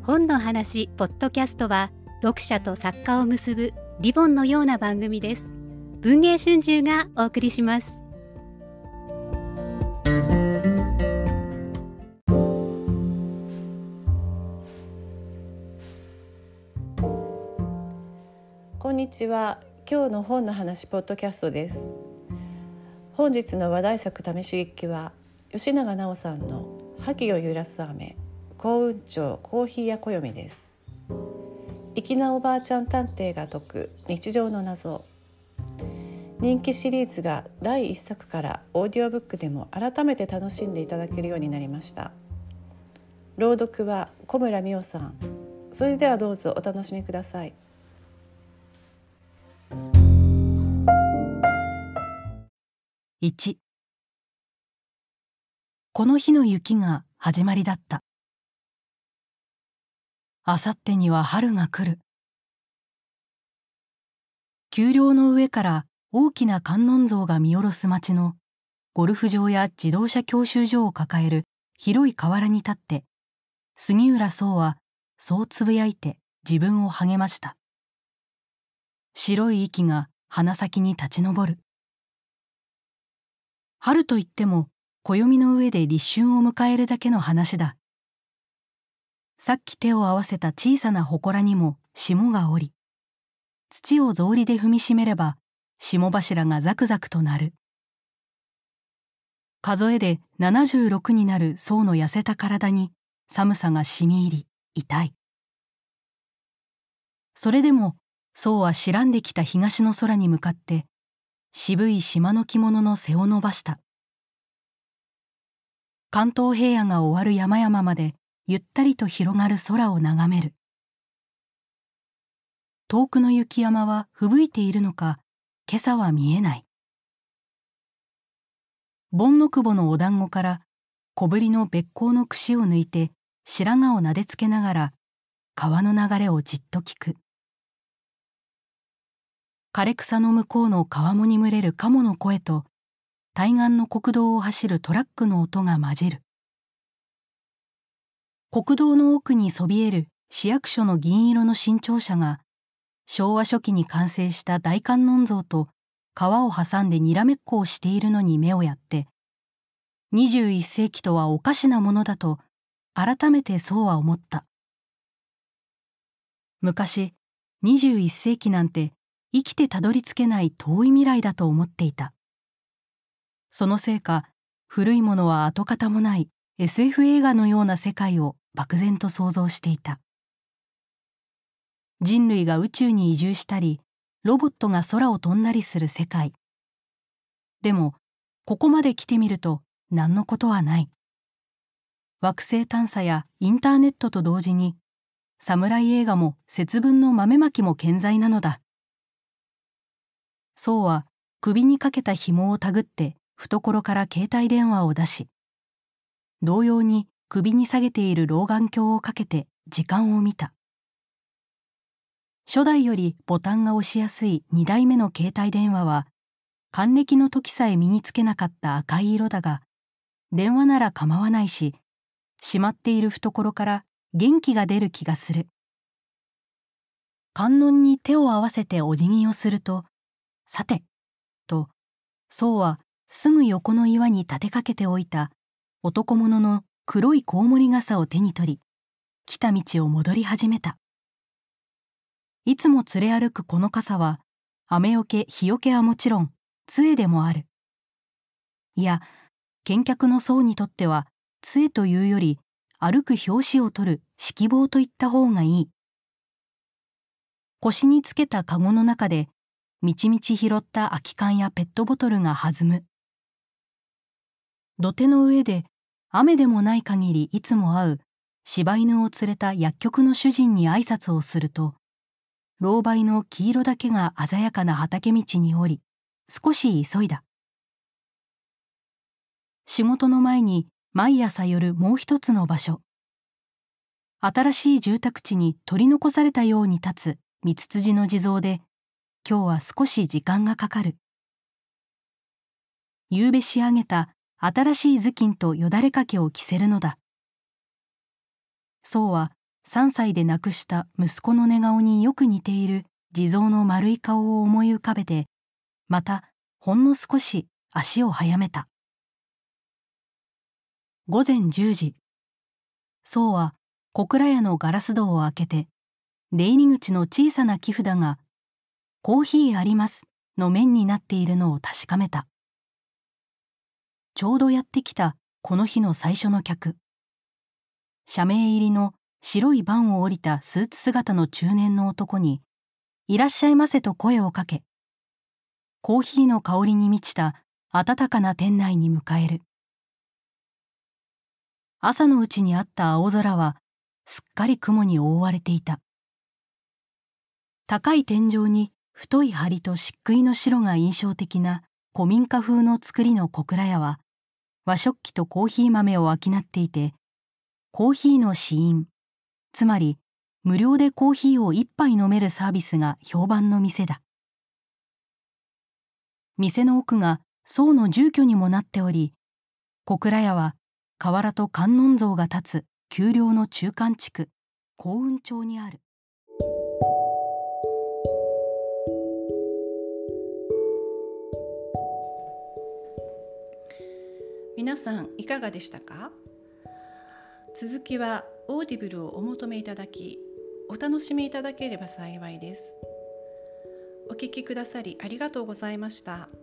本の話ポッドキャストは読者と作家を結ぶリボンのような番組です。文藝春秋がお送りします。 こんにちは。今日の本の話ポッドキャストです。本日の話題作試し聞きは吉永奈緒さんの萩を揺らす雨、幸運町コーヒー屋暦です。粋なおばあちゃん探偵が解く日常の謎。人気シリーズが第1作からオーディオブックでも改めて楽しんでいただけるようになりました。朗読は小村美緒さん。それではどうぞお楽しみください。 1、この日の雪が始まりだった。あさってには春が来る。丘陵の上から大きな観音像が見下ろす町のゴルフ場や自動車教習所を抱える広い河原に立って杉浦壮はそうつぶやいて自分を励ました。白い息が鼻先に立ち上る。春といっても暦の上で立春を迎えるだけの話だ。さっき手を合わせた小さな祠にも霜が降り、土を草履で踏みしめれば霜柱がザクザクと鳴る。数えで76になる壮の痩せた体に寒さが染み入り痛い。それでも壮は白んできた東の空に向かって渋い島の着物の背を伸ばした。関東平野が終わる山々までゆったりと広がる空を眺める。遠くの雪山は吹雪いているのか、今朝は見えない。盆の窪のお団子から小ぶりのべっ甲の櫛を抜いて白髪をなでつけながら川の流れをじっと聞く。枯れ草の向こうの川面に群れる鴨の声と対岸の国道を走るトラックの音が混じる。国道の奥にそびえる市役所の銀色の新庁舎が昭和初期に完成した大観音像と川を挟んでにらめっこをしているのに目をやって21世紀とはおかしなものだと改めてそうは思った。昔21世紀なんて生きてたどり着けない遠い未来だと思っていた。そのせいか古いものは跡形もない SF 映画のような世界を漠然と想像していた。人類が宇宙に移住したりロボットが空を飛んだりする世界。でもここまで来てみると何のことはない。惑星探査やインターネットと同時に侍映画も節分の豆まきも健在なのだ。そうは首にかけた紐をたぐって懐から携帯電話を出し、同様に首に下げている老眼鏡をかけて時間を見た。初代よりボタンが押しやすい2代目の携帯電話は還暦の時さえ身につけなかった赤い色だが、電話なら構わないし、しまっている懐から元気が出る気がする。観音に手を合わせてお辞儀をすると、さて、と、壮はすぐ横の岩に立てかけておいた男物の黒いコウモリ傘を手に取り、来た道を戻り始めた。いつも連れ歩くこの傘は、雨よけ日よけはもちろん、杖でもある。いや、見客の壮にとっては、杖というより、歩く拍子を取る指揮棒といった方がいい。腰につけたカゴの中で、みちみち拾った空き缶やペットボトルが弾む。土手の上で、雨でもない限りいつも会う、柴犬を連れた薬局の主人に挨拶をすると、老梅の黄色だけが鮮やかな畑道に降り、少し急いだ。仕事の前に毎朝寄るもう一つの場所。新しい住宅地に取り残されたように立つ三つ辻の地蔵で、今日は少し時間がかかる。夕べ仕上げた新しい頭巾とよだれかけを着せるのだ。そうは 3歳で亡くした息子の寝顔によく似ている地蔵の丸い顔を思い浮かべて、またほんの少し足を早めた。午前10時、そうは小倉屋のガラス戸を開けて、出入り口の小さな木札が「コーヒーあります」の面になっているのを確かめた。ちょうどやってきたこの日の最初の客。社名入りの白いバンを降りたスーツ姿の中年の男に「いらっしゃいませ」と声をかけ、コーヒーの香りに満ちた暖かな店内に迎える。朝のうちにあった青空はすっかり雲に覆われていた。高い天井に太い梁と漆喰の白が印象的な古民家風の造りの小倉屋は、和食器とコーヒー豆を商っていて、コーヒーの試飲、つまり無料でコーヒーを一杯飲めるサービスが評判の店だ。店の奥が僧の住居にもなっており、小倉屋は河原と観音像が立つ丘陵の中間地区、幸運町にある。 皆さんいかがでしたか？続きはオーディブルをお求めいただき、お楽しみいただければ幸いです。お聞きくださりありがとうございました。